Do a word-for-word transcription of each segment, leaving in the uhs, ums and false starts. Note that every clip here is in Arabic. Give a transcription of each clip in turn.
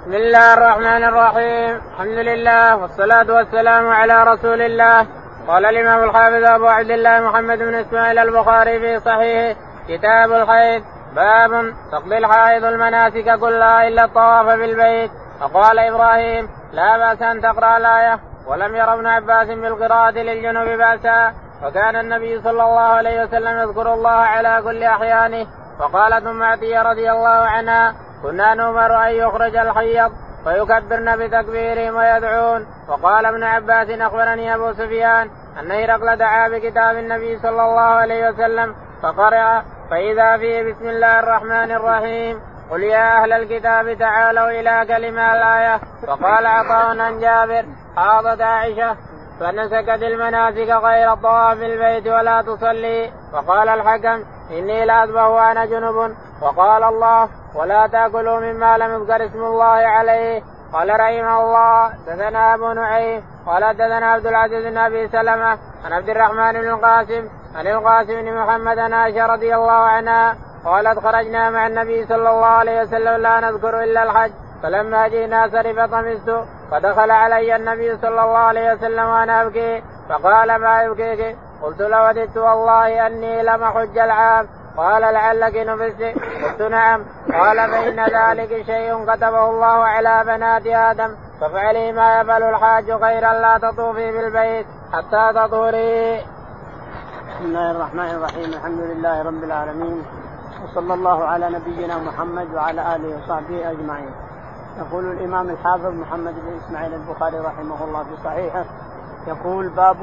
بسم الله الرحمن الرحيم. الحمد لله والصلاة والسلام على رسول الله. قال الإمام الحافظ أبو عبد الله محمد بن إسماعيل البخاري في صحيحه كتاب الحيض باب تقضي الحائض المناسك كلها إلا الطواف بالبيت. فقال إبراهيم لا بأس أن تقرأ الآية، ولم ير ابن عباس بالقراءة للجنوب بأسا، وكان النبي صلى الله عليه وسلم يذكر الله على كل أحيانه. وقالت أم عطية رضي الله عنها كنا نؤمر أن يخرج الحيض فيكبرن بتكبيرهم ويدعون. وقال ابن عباس أخبرني أبو سفيان أن هرقل دعا بكتاب النبي صلى الله عليه وسلم فقرأ فإذا فيه بسم الله الرحمن الرحيم قل يا أهل الكتاب تعالوا إلى كلمة الآية. فقال عطاء عن جابر حاضت عائشة فنسكت المناسك غير الطواف بالبيت ولا تصلي. وقال الحكم إني لا أذبح وأنا جنب. وقال الله ولا تأكلوا مما لم يذكر اسم الله عليه. قال رحمه الله دثنا أبو نعيم قال دثنا عبد العزيز بن أبي سلمة عن عبد الرحمن بن القاسم عن القاسم بن محمد عن عائشة رضي الله عنها قالت خرجنا مع النبي صلى الله عليه وسلم لا نذكر إلا الحج، فلما جئنا صرف طمست فدخل علي النبي صلى الله عليه وسلم وأنا أبكي فقال ما يبكيك؟ قلت لوددت والله أني لم أحج العام. قال لعلك نفست؟ قلت نعم. قال فإن ذلك شيء كتبه الله على بنات آدم فافعلي ما يفعل الحاج خيرا لا تطوفي بالبيت حتى تطهري. بسم الله الرحمن الرحيم. الحمد لله رب العالمين وصلى الله على نبينا محمد وعلى آله وصحبه أجمعين. يقول الإمام الحافظ محمد بن إسماعيل البخاري رحمه الله في صحيحه يقول باب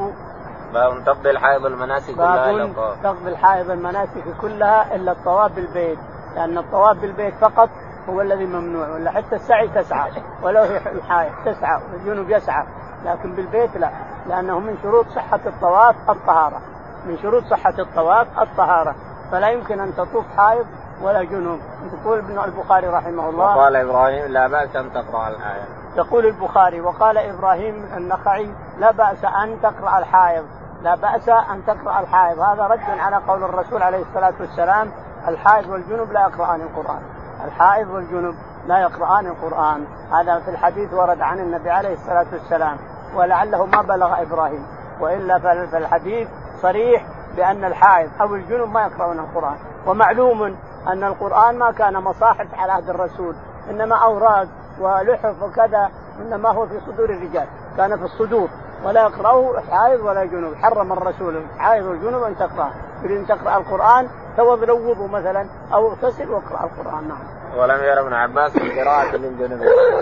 باب تقضي الحائض المناسك كلها إلا الطواف. تقضي الحائض المناسك كلها إلا الطواف بالبيت، لأن الطواف بالبيت فقط هو الذي ممنوع، ولا حتى السعي تسعى ولو هي الحائض تسعى والجنوب يسعى، لكن بالبيت لا، لأنه من شروط صحة الطواف الطهارة، من شروط صحة الطواف الطهارة، فلا يمكن أن تطوف حائض ولا جنوب. يقول ابن البخاري رحمه الله وقال إبراهيم لا بأس أن تقرأ الآية. يقول البخاري وقال إبراهيم النخعي لا بأس أن تقرأ الحائض، لا بأس أن تقرأ الحائض. هذا رد على قول الرسول عليه الصلاة والسلام الحائض والجنوب لا يقرآن القرآن، الحائض والجنوب لا يقرآن القرآن، هذا في الحديث ورد عن النبي عليه الصلاة والسلام، ولعله ما بلغ إبراهيم، وإلا فالحديث صريح بأن الحائض أو الجنوب ما يقرؤون القرآن. ومعلوم أن القرآن ما كان مصاحف على عهد الرسول، إنما أوراق ولحف وكذا، إنما هو في صدور الرجال، كان في الصدور، ولا يقرأه حائض ولا جنوب. حرم الرسول الحائض والجنوب أن تقرأ، تريد أن تقرأ القرآن توض لو وضوء مثلا أو اغتسل واقرأ القرآن. نعم. ولم ير ابن عباس قراءة للجنوب.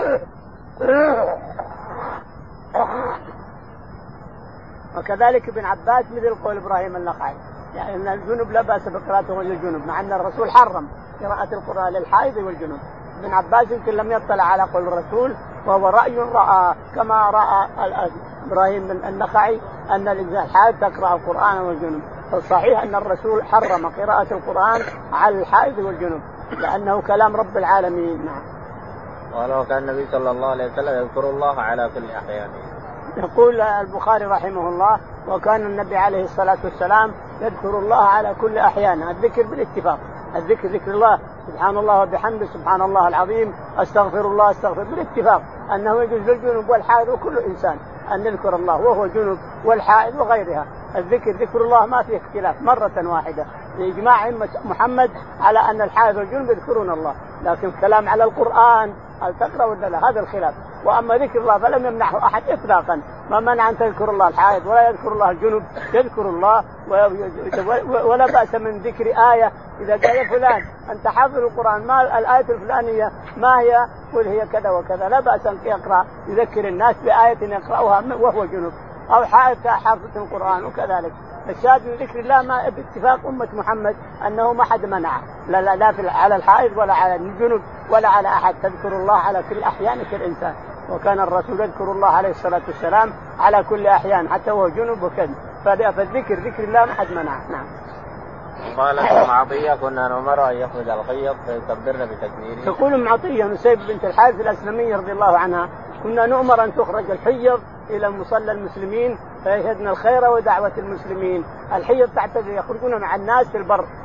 وكذلك ابن عباس مثل قول إبراهيم النخعي، يعني أن الجنوب لا بأس بقراءته للجنوب، مع أن الرسول حرم قراءة القرآن للحائض والجنوب. ابن عباس يمكن لم يطلع على قول الرسول، وهو رأي رأى كما رأى إبراهيم النخعي أن الحائض تقرأ القرآن والجنوب. فالصحيح أن الرسول حرم قراءة القرآن على الحائض والجنوب لأنه كلام رب العالمين. نعم. ولو كان النبي صلى الله عليه وسلم يذكر الله على كل أحيانه. يقول البخاري رحمه الله وكان النبي عليه الصلاة والسلام يذكر الله على كل أحيانه، الذكر بالاتفاق، الذكر ذكر الله سبحان الله وبحمده سبحان الله العظيم استغفر الله استغفر، بالاتفاق أنه يجوز للجنوب والحائض وكل إنسان أن يذكر الله وهو جنوب والحائض وغيرها. الذكر ذكر الله ما فيه اختلاف مرة واحدة لإجماع أمة محمد على أن الحائض والجنوب يذكرون الله، لكن الكلام على القرآن هل تقرأ ولا لا هذا الخلاف. وأما ذكر الله فلم يمنعه أحد إطلاقا، ما منع أن تذكر الله الحائض ولا يذكر الله الجنوب، يذكر الله ولا بأس من ذكر آية. إذا قال فلان أنت حافظ القرآن ما الآية الفلانية ما هي؟ قل هي كذا وكذا، لا بأس أن يقرأ يذكر الناس بآية يقرأها وهو جنوب، أو حائض حافظ القرآن. وكذلك الشاهد من ذكر الله ما باتفاق أمة محمد أنه ما حد منع، لا لا, لا في على الحائض ولا على الجنوب ولا على أحد، تذكر الله على كل أحيان كل إنسان. وكان الرسول يذكر الله عليه الصلاة والسلام على كل أحيان حتى وهو جنوب وكذا، فالذكر ذكر الله ما حد منع. نعم. قال ابن عطية كنا نؤمر أن يخرج الحيض فيكبرن بتكبيره. تقول ابن عطية نسيب بنت الحارث الأسلمية رضي الله عنها كنا نؤمر أن تخرج الحيض إلى مصلى المسلمين فيشهدن الخير ودعوة المسلمين. الحيض تعتذر يخرجون مع الناس في البر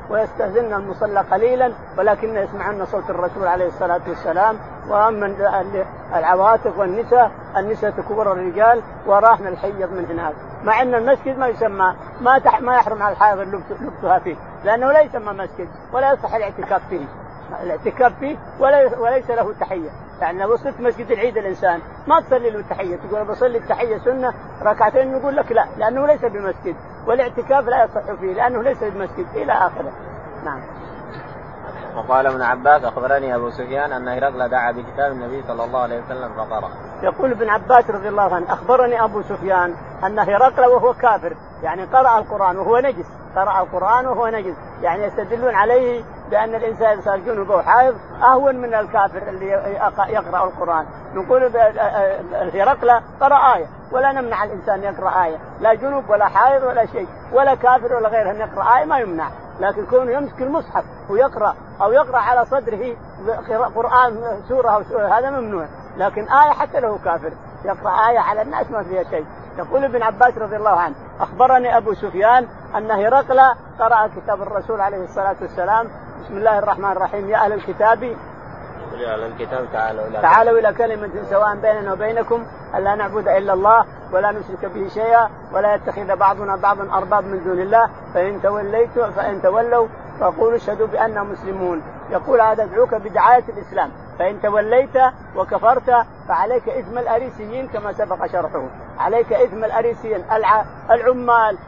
ويستأذن المصلى قليلا ولكن يسمعون صوت الرسول عليه الصلاة والسلام. وأما العواتق والنساء النساء كبر الرجال وراحنا الحيض من هناك، مع أن المسجد ما يسمى ما تح ما يحرم على الحائض لبثها فيه لأنه لا يسمى مسجد ولا يصح الاعتكاف فيه الاعتكاف فيه وليس له تحية. يعني لو وصلت مسجد العيد الإنسان ما تصلي له تحية تقول بصلي التحية سنة ركعتين يقول لك لا لأنه ليس بمسجد، والاعتكاف لا يصح فيه لأنه ليس بمسجد إلى آخره. نعم. وقال ابن عباس أخبرني أبو سفيان أن هرقل دعا بكتاب النبي صلى الله عليه وسلم فقرأ. يقول ابن عباس رضي الله عنه أخبرني أبو سفيان أن هرقل وهو كافر يعني قرأ القرآن وهو نجس، قرأ القرآن وهو نجس، يعني يستدلون عليه بأن الإنسان صار جنوب أو حائض أهون من الكافر اللي يقرأ القرآن. نقول هرقل قرأ آية ولا نمنع الإنسان يقرأ آية، لا جنوب ولا حائض ولا شيء ولا كافر ولا غيره أن يقرأ آية ما يمنع، لكن كونه يمسك المصحف ويقرأ أو يقرأ على صدره قرآن سورة أو سورة هذا ممنوع، لكن آية حتى له كافر يقرأ آية على الناس ما فيها شيء. يقول ابن عباس رضي الله عنه أخبرني أبو سفيان أن هرقل قرأ كتاب الرسول عليه الصلاة والسلام بسم الله الرحمن الرحيم يا أهل الكتاب يا أهل الكتاب تعالوا إلى تعالوا إلى كلمة سواء بيننا وبينكم ألا نعبد إلا الله ولا نشرك به شيئا ولا يتخذ بعضنا بعضا أرباب من دون الله فإن توليتوا فإن تولوا فقولوا اشهدوا بأننا مسلمون. يقول هذا يدعوك بدعاية الإسلام، فإن توليت وكفرت فعليك إثم الأريسيين كما سبق شرحه، عليك إثم الأريسيين العمال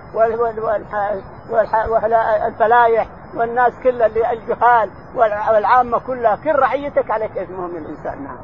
والفلايح والناس كلها اللي الجهال والعامة كلها كل رعيتك عليك إثمهم الإنسان. نعم.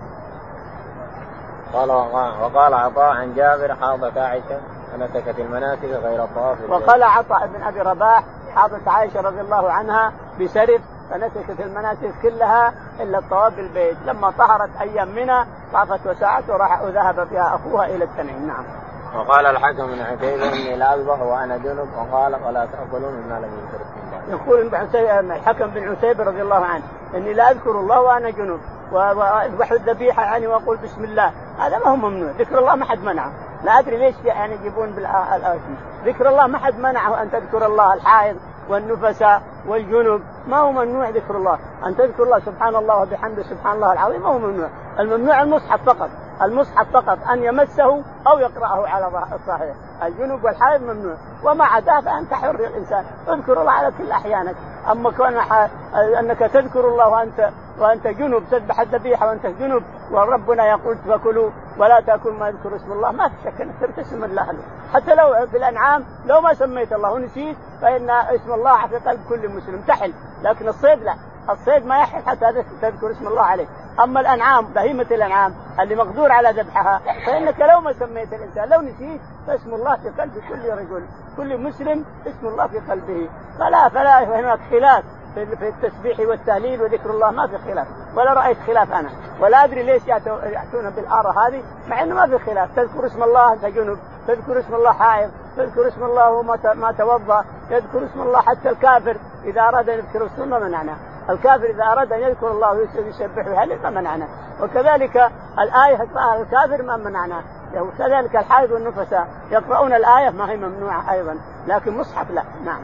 قال وقال عطاء عن جابر حاضت عائشة فنسكت المناسك غير الطواف. وقال عطاء بن أبي رباح حاضت عائشة رضي الله عنها بسرف فنسكت المناسك كلها إلا الطواف بالبيت، لما طهرت أيام منى طافت وسعت وراح وذهب بها أخوها إلى التنعيم. نعم. وقال الحكم بن عتيبة إني لا أذبح وأنا جنب وقال ولا تأكلون مما لم يذكر اسم الله. يقول الحكم بن عتيبة رضي الله عنه إني لا أذكر الله وأنا جنب وأذبح الذبيحة يعني وأقول بسم الله، هذا ما هو ممنوع، ذكر الله ما حد منعه، لا أدري ليش يعني يجيبون بالآية ذكر الله ما حد منعه أن تذكر الله الحائض والنفساء والجنب ما هو ممنوع ذكر الله، أن تذكر الله سبحان الله وبحمده سبحان الله العظيم ما هو ممنوع، الممنوع المصحف فقط، المصحف فقط أن يمسه أو يقرأه على الصحيح، الجنب والحائض ممنوع، وما عداه فأنت حر الإنسان اذكر الله على كل أحيانك. أما كون أنك تذكر الله وأنت وأنت جنب تذبح الذبيحة وأنت جنب وربنا يقول فكلوا ولا تأكل ما يذكر اسم الله ما في شك أنك تبتسم الله له. حتى لو في الأنعام لو ما سميت الله ونسيت فإن اسم الله في قلب كل مسلم تحل، لكن الصيد لا، الصيد ما يحل حتى تذكر اسم الله عليه. أما الأنعام بهيمة الأنعام اللي مقدور على ذبحها فإنك لو ما سميت الإنسان لو نسيت فاسم الله في قلب كل رجل كل مسلم اسم الله في قلبه، فلا فلا هناك خلاف في التسبيح والتهليل وذكر الله ما في خلاف، ولا رأيت خلاف أنا ولا أدري ليش يأتون بالآراء هذه مع إنه ما في خلاف. تذكر اسم الله أنت جنب، تذكر اسم الله حائض، تذكر اسم الله وما توضأ، يذكر اسم الله حتى الكافر إذا أراد أن يذكر السنة منعنا، الكافر إذا أراد أن يذكر الله ويسبح ويهلل ما منعنا، وكذلك الآية يقرأها الكافر ما منعنا، وكذلك الحائض والنفساء يقرؤون الآية ما هي ممنوعة أيضا، لكن مصحف لا. نعم.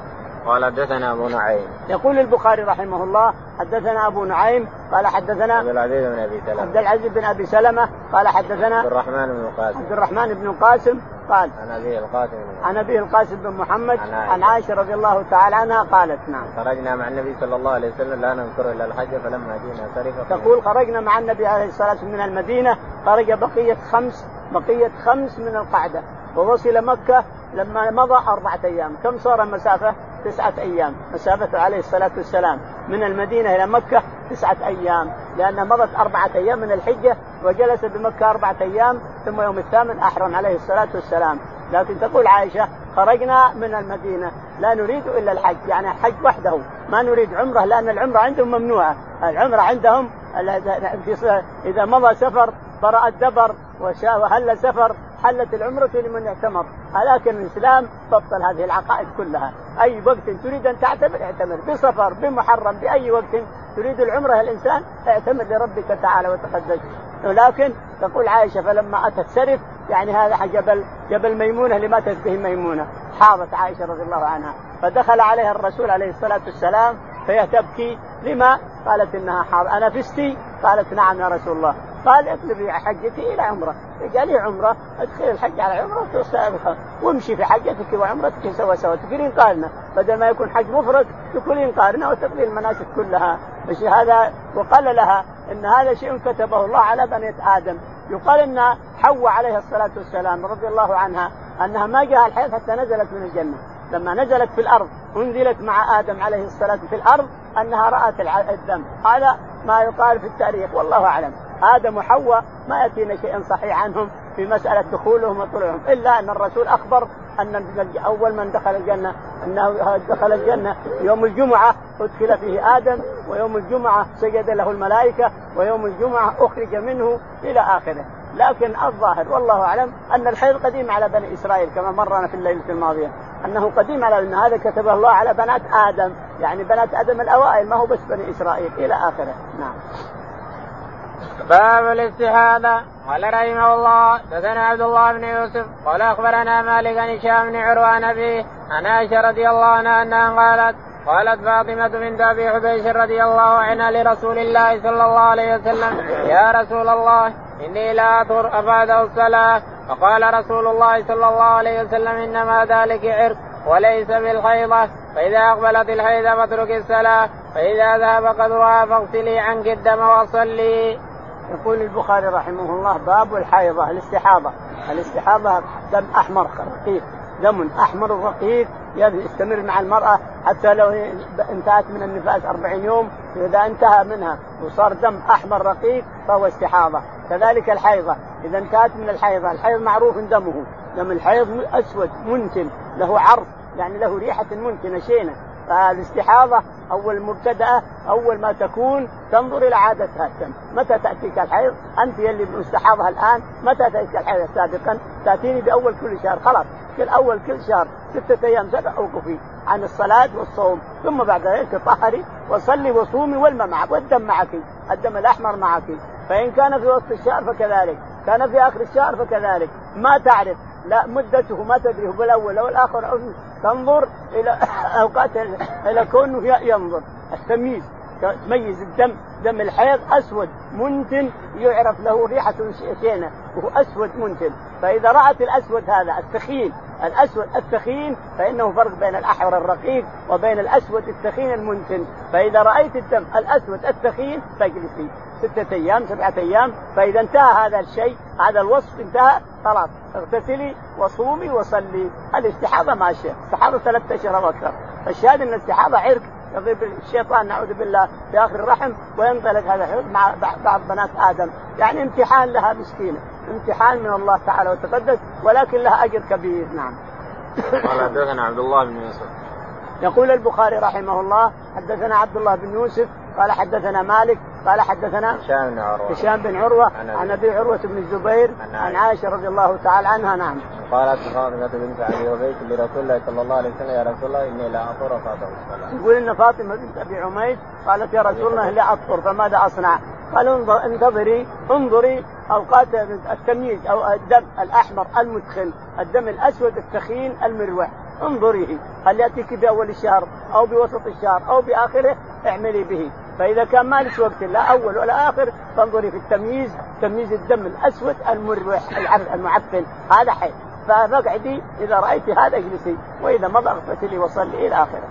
قال حدثنا أبو نعيم. يقول البخاري رحمه الله حدثنا أبو نعيم قال حدثنا عبد العزيز بن أبي سلمة عبد العزيز بن أبي سلمة قال حدثنا عبد الرحمن بن القاسم عبد الرحمن بن القاسم قال عن أبيه القاسم عن أبيه القاسم بن محمد عن عائشة رضي الله تعالى عنها قالت نعم خرجنا مع النبي صلى الله عليه وسلم لا نذكر إلا الحج فلما جئنا صرف. تقول خرجنا مع النبي عليه الصلاة والسلام من المدينة خرج بقية خمس بقية خمس من القعدة ووصل مكة لما مضى أربعة أيام. كم صار المسافة؟ تسعة أيام مسافة عليه الصلاة والسلام من المدينة إلى مكة تسعة أيام، لأن مضت أربعة أيام من الحجة وجلس بمكة أربعة أيام ثم يوم الثامن أحرم عليه الصلاة والسلام. لكن تقول عائشة خرجنا من المدينة لا نريد إلا الحج، يعني حج وحده ما نريد عمرة، لأن العمرة عندهم ممنوعة، العمرة عندهم إذا مضى سفر برأ الدبر وهل سفر حلت العمرة لمن اعتمر، لكن الإسلام تبطل هذه العقائد كلها. أي وقت تريد أن تعتمر اعتمر، بسفر بمحرم بأي وقت تريد العمرة الإنسان اعتمر لربك تعالى وتقدس. ولكن تقول عائشة فلما أتت سرف يعني هذا جبل جبل ميمونة اللي ماتت به ميمونة، حاضت عائشة رضي الله عنها، فدخل عليها الرسول عليه الصلاة والسلام فهي تبكي. لما؟ قالت إنها حاض. أنا فستي؟ قالت نعم يا رسول الله. قال اطلبي حجتي إلى عمرة، اجعلي عمرة، ادخلي الحج على عمرة وامشي في حجتك وعمرتك سوا سوا، تقولين قارنة، بدل ما يكون حج مفرد تقولين قارنة وتقضي المناسك كلها. مش هذا؟ وقال لها إن هذا شيء كتبه الله على بني آدم. يقال إن حواء عليه الصلاة والسلام رضي الله عنها أنها ما جاء الحيض حتى نزلت من الجنة، لما نزلت في الأرض انزلت مع آدم عليه الصلاة في الأرض أنها رأت الدم. هذا ما يقال في التاريخ والله أعلم. آدم وحواء ما يأتينا شيء صحيح عنهم في مسألة دخولهم وطلوعهم، إلا أن الرسول أخبر أن أول من دخل الجنة أنه دخل الجنة يوم الجمعة أدخل فيه آدم، ويوم الجمعة سجد له الملائكة، ويوم الجمعة أخرج منه إلى آخره. لكن الظاهر والله أعلم أن الحيض قديم على بني إسرائيل كما مرنا في الليلة الماضية، أنه قديم على أن هذا كتبه الله على بنات آدم، يعني بنات آدم الأوائل، ما هو بس بني إسرائيل إلى آخره. نعم. باب الاستحاضة. قال رحمه الله حدثنا عبد الله بن يوسف قال أخبرنا مالك عن هشام بن عروة عن أبيه عن عائشة رضي الله عنها أنها قالت قالت فاطمة بنت أبي حبيش رضي الله عنها لرسول الله صلى الله عليه وسلم يا رسول الله إني لا أطهر أفاده الصلاة، فقال رسول الله صلى الله عليه وسلم إنما ذلك عرق وليس بالحيضة، فإذا أقبلت الحيضة فاترك الصلاة، فإذا ذهب قدرها فاغسلي عنك الدم وصلي. يقول البخاري رحمه الله باب الحيضة الاستحاضة. الاستحاضة دم أحمر رقيق، دم أحمر رقيق يستمر مع المرأة حتى لو انتهت من النفاس أربعين يوم، إذا انتهى منها وصار دم أحمر رقيق فهو استحاضة. كذلك الحيضة إذا انتهت من الحيضة، الحيض معروف دمه، دم الحيض أسود منتن له عرض، يعني له ريحة منتنة شينة. فالاستحاضة أول مبتدأة أول ما تكون تنظر إلى عادتها الدم، متى تأتيك الحيض؟ أنت يلي مستحاضة الآن متى تأتيك الحيض سابقا؟ تأتيني بأول كل شهر، خلاص كل أول كل شهر ستة أيام سبع أوقفي عن الصلاة والصوم، ثم بعد ذلك تطهري وصلي وصومي والماء معك والدم معك، الدم الأحمر معك. فإن كان في وسط الشهر فكذلك، كان في آخر الشهر فكذلك، ما تعرف لا مدته ما تدري هو بالأول أو الآخر، أو تنظر إلى أوقات إلى كونه ينظر التمييز، تميز الدم، دم الحيض أسود منتن يعرف له ريحة شينة وهو أسود منتن. فإذا رأت الأسود هذا الثخين الأسود الثخين فإنه فرق بين الأحمر الرقيق وبين الأسود الثخين المنتن. فإذا رأيت الدم الأسود الثخين فاجلسي ستة أيام سبعة أيام، فإذا انتهى هذا الشيء هذا الوصف انتهى خلاص اغتسلي وصومي وصلي. الاستحاضة ماشية، الاستحاضة ثلاثة أشهر أكثر. الشاهد أن الاستحاضة عرق يضرب الشيطان نعوذ بالله في آخر الرحم وينطلق هذا الحب مع بعض بنات آدم، يعني امتحان لها مسكينة، امتحان من الله تعالى وتقدس، ولكن لها أجر كبير. نعم. قال حدثنا عبد الله بن يوسف. يقول البخاري رحمه الله حدثنا عبد الله بن يوسف قال حدثنا مالك قال حدثنا هشام بن عروة هشام بن عروة عن أبي عروة بن الزبير عن عائشة رضي الله تعالى عنها. نعم. قالت فاطمة بنت أبي عميس لرسول الله صلى الله عليه وسلم يا رسول الله إني لا أطهر فاطمة الصلاة. يقول إن فاطمة بنت أبي عميس قالت يا رسول الله لا أطهر فماذا أصنع؟ قال انتظري انظري أوقات التمييز أو الدم الأحمر المدخن، الدم الأسود الثخين المروح، انظريه هل يأتيك بأول الشهر أو بوسط الشهر أو بآخره اعملي به. فإذا كان مالك وقت لا أول ولا آخر فانظري في التمييز، تمييز الدم الأسود المروح المعفن هذا حي. فاقعدي إذا رأيت هذا اجلسي، وإذا مضى اغتسلي وصلي إلى آخره.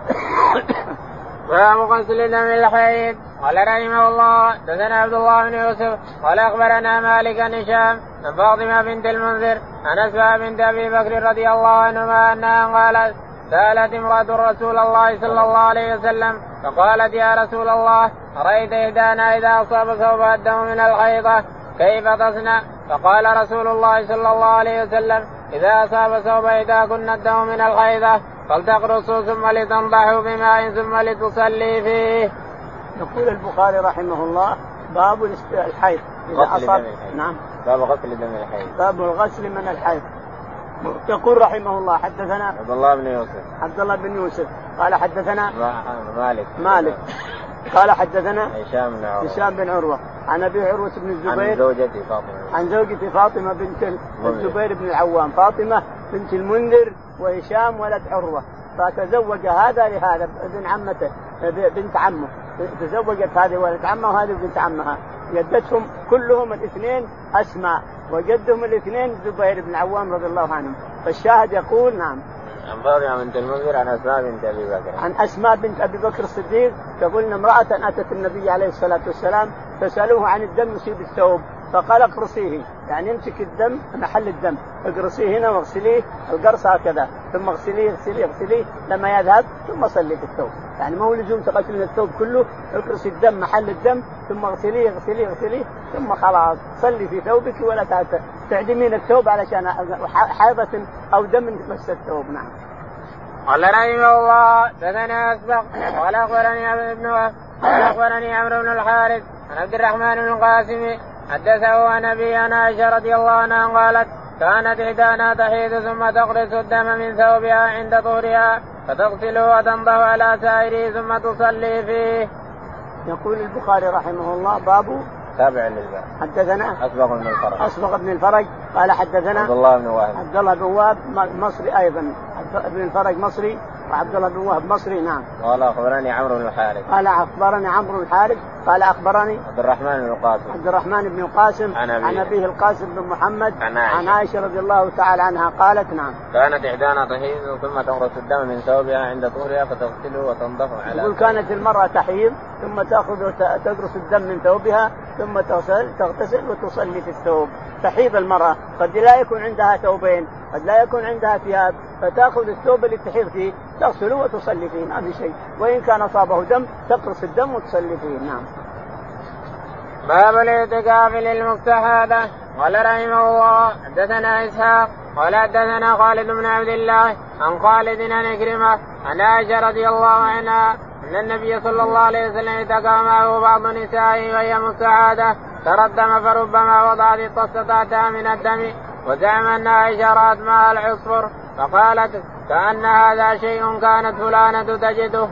باب غسل دم الحيض. قال رحمه الله حدثنا عبد الله بن يوسف قال أخبرنا مالك عن هشام عن فاطمة بنت المنذر عن أسماء بنت أبي بكر رضي الله عنهما أنها قالت سألت امرأة رسول الله صلى الله عليه وسلم فقالت يا رسول الله أرأيت إحدانا إذا أصاب ثوبها الدم من الحيضة كيف تصنع؟ فقال رسول الله صلى الله عليه وسلم إذا أصاب ثوب إحداكن الدم من الحيضة فلتقرصوا ثم لتنضحوا بماء ثم لتصلي فيه. يقول البخاري رحمه الله باب الحيض إذا أصاب. نعم. باب غسل دم الحيض. باب الغسل من الحيض. يقول رحمه الله حدثنا عبد الله بن يوسف عبد الله بن يوسف قال حدثنا مالك مالك قال حدثنا هشام بن عروة هشام بن عروة عن أبي عروة بن الزبير عن زوجته فاطمة عن زوجته فاطمة بنت الزبير بن العوام، فاطمة بنت المنذر وهشام ولد عروة، فتزوج هذا لهذا ابن عمته بنت عمه، تزوجت هذه ولد عمه وهذه بنت عمها، جدتهم كلهم الاثنين أسماء وجدهم الاثنين الزبير بن العوام رضي الله عنهم. فالشاهد يقول نعم عن فاطمة بنت المنذر عن أسماء بنت أبي بكر عن أسماء بنت أبي بكر الصديق تقول إن امرأة أتت النبي عليه الصلاة والسلام فسألوه عن الدم يصيب الثوب فقال اقرصيه، يعني امسك الدم محل الدم اقرصيه هنا واغسليه القرص هكذا ثم اغسليه اغسليه اغسليه لما يذهب ثم صلي في الثوب، يعني ما هو لزوم تغسل الثوب كله، اقرص الدم محل الدم ثم اغسليه اغسليه اغسليه ثم خلاص صلي في ثوبك ولا تعدمين الثوب علشان حيضة أو دم مس الثوب. نعم. قال رحمه الله دثنا أسبق قال أخبرني عمرو بن وهب قال أخبرني عمرو بن الحارث عن عبد الرحمن بن القاسم حدثه عن أبي عائشة رضي الله عنها قالت كانت إحدانا تحيض ثم تقرص الدم من ثوبها عند طهرها فتغسله وتنضح على سائره ثم تصلي فيه. يقول البخاري رحمه الله باب تابع للباب. حدثنا أسبق بن الفرج أسبق بن الفرج قال حدثنا عبد الله بن وهب عبد الله بن وهب مصري أيضا، ابن الفرج مصري وعبد الله بن وهب مصري. نعم. قال أخبرني عمرو بن الحارث قال أخبرني عمرو بن الحارث قال أخبرني عبد الرحمن بن القاسم عبد الرحمن بن القاسم عن أبيه القاسم بن محمد عن عائشة, عن عائشة رضي الله تعالى عنها قالت نعم كانت إحدانا تحيض ثم تغرس الدم من ثوبها عند طهرها فتغسله وتنضح على يقول كانت المرأة تحيض ثم تأخذ تغرس الدم من ثوبها ثم تغسل تغتسل وتصلي في الثوب. تحيض المرأة قد لا يكون عندها ثوبين قد لا يكون عندها ثياب فتأخذ الثوب اللي تحيض فيه تغسله وتصلي فيه ما في شيء، وإن كان أصابه دم تقرص الدم وتصلي فيه. نعم. باب الاعتكاف للمستحاضة. قال رحمه الله حدثنا إسحاق قال حدثنا خالد بن عبد الله عن خالد عن عكرمة عن عائشة رضي الله عنها أن النبي صلى الله عليه وسلم اعتكف معه بعض نسائه وهي مستعاذة ترى الدم فربما وضعت الطاسة تحتها من الدم وزعم أن عائشة رأت ماء العصفر فقالت كأن هذا شيء كانت فلانة تجده.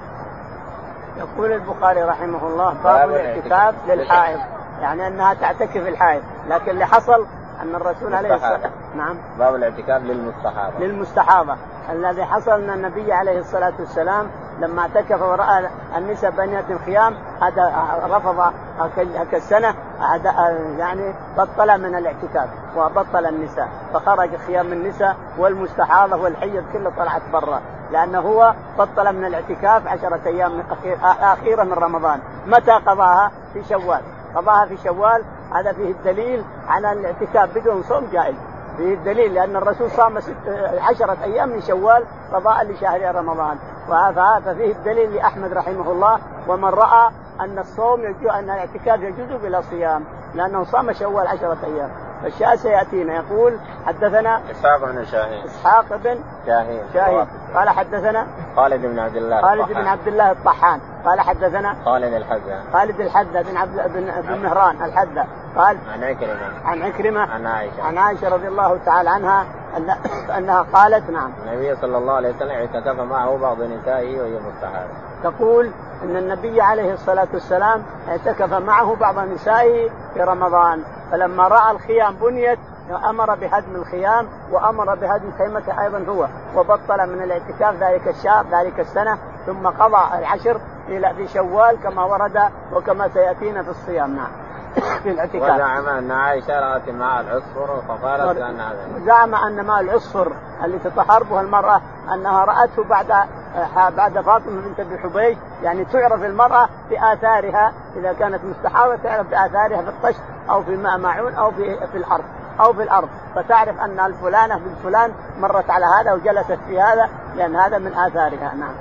يقول البخاري رحمه الله باب الاعتكاف للحائض، يعني أنها تعتكف الحائض، لكن اللي حصل أن الرسول عليه الصلاة والسلام نعم باب الاعتكاف للمستحاضة للمستحاضة الذي حصل أن النبي عليه الصلاة والسلام لما اعتكف ورأى النساء بنيات الخيام هذا رفض كالسنة يعني بطل من الاعتكاف وبطل النساء فخرج خيام النساء والمستحاضة والحيض كله طلعت برا، لأنه هو بطل من الاعتكاف عشرة أيام أخيرة من رمضان. متى قضاها؟ في شوال، قضاها في شوال. هذا فيه الدليل على الاعتكاف بدون صوم جائز، فيه الدليل لأن الرسول صام عشرة أيام من شوال قضاء لشهر رمضان، وهذا فيه الدليل لأحمد رحمه الله ومن رأى أن الصوم يجوز أن الاعتكاف يجوز بلا صيام لأنه صام شوال عشرة أيام. فالشاهد سيأتينا. يقول حدثنا إسحاق بن شاهين إسحاق بن شاهين, شاهين. قال حدثنا خالد بن عبد الله خالد بن عبد الله الطحان قال حدثنا خالد الحذا خالد الحذا بن عبد بن, بن مهران الحذا قال عن عكرمة عن عكرمة عن عائشة عن عائشة رضي الله تعالى عنها أن أنها قالت نعم النبي صلى الله عليه وسلم اعتكف معه بعض نسائه وهي مستحاضة. تقول أن النبي عليه الصلاة والسلام اعتكف معه بعض نسائه في رمضان، فلما رأى الخيام بنيت أمر بهدم الخيام وأمر بهدم خيمته أيضا هو، وبطل من الاعتكاف ذلك الشهر ذلك السنة، ثم قضى العشر في شوال كما ورد وكما سيأتينا في الصيام. نعم. في الاعتكاف. وزعم أن عائشة رأت ماء العصفر فقالت كأن هذا زعم أن ماء العصفر اللي تطهر به المرأة أنها رأته بعد بعد فاطمة بنت أبي حبيش، يعني تعرف المرأة بآثارها إذا كانت مستحاضة تعرف بآثارها في الطشت أو في ماء معون أو في في الأرض أو في الأرض فتعرف أن الفلانة بنت فلان مرت على هذا وجلست في هذا لأن هذا من آثارها. نعم.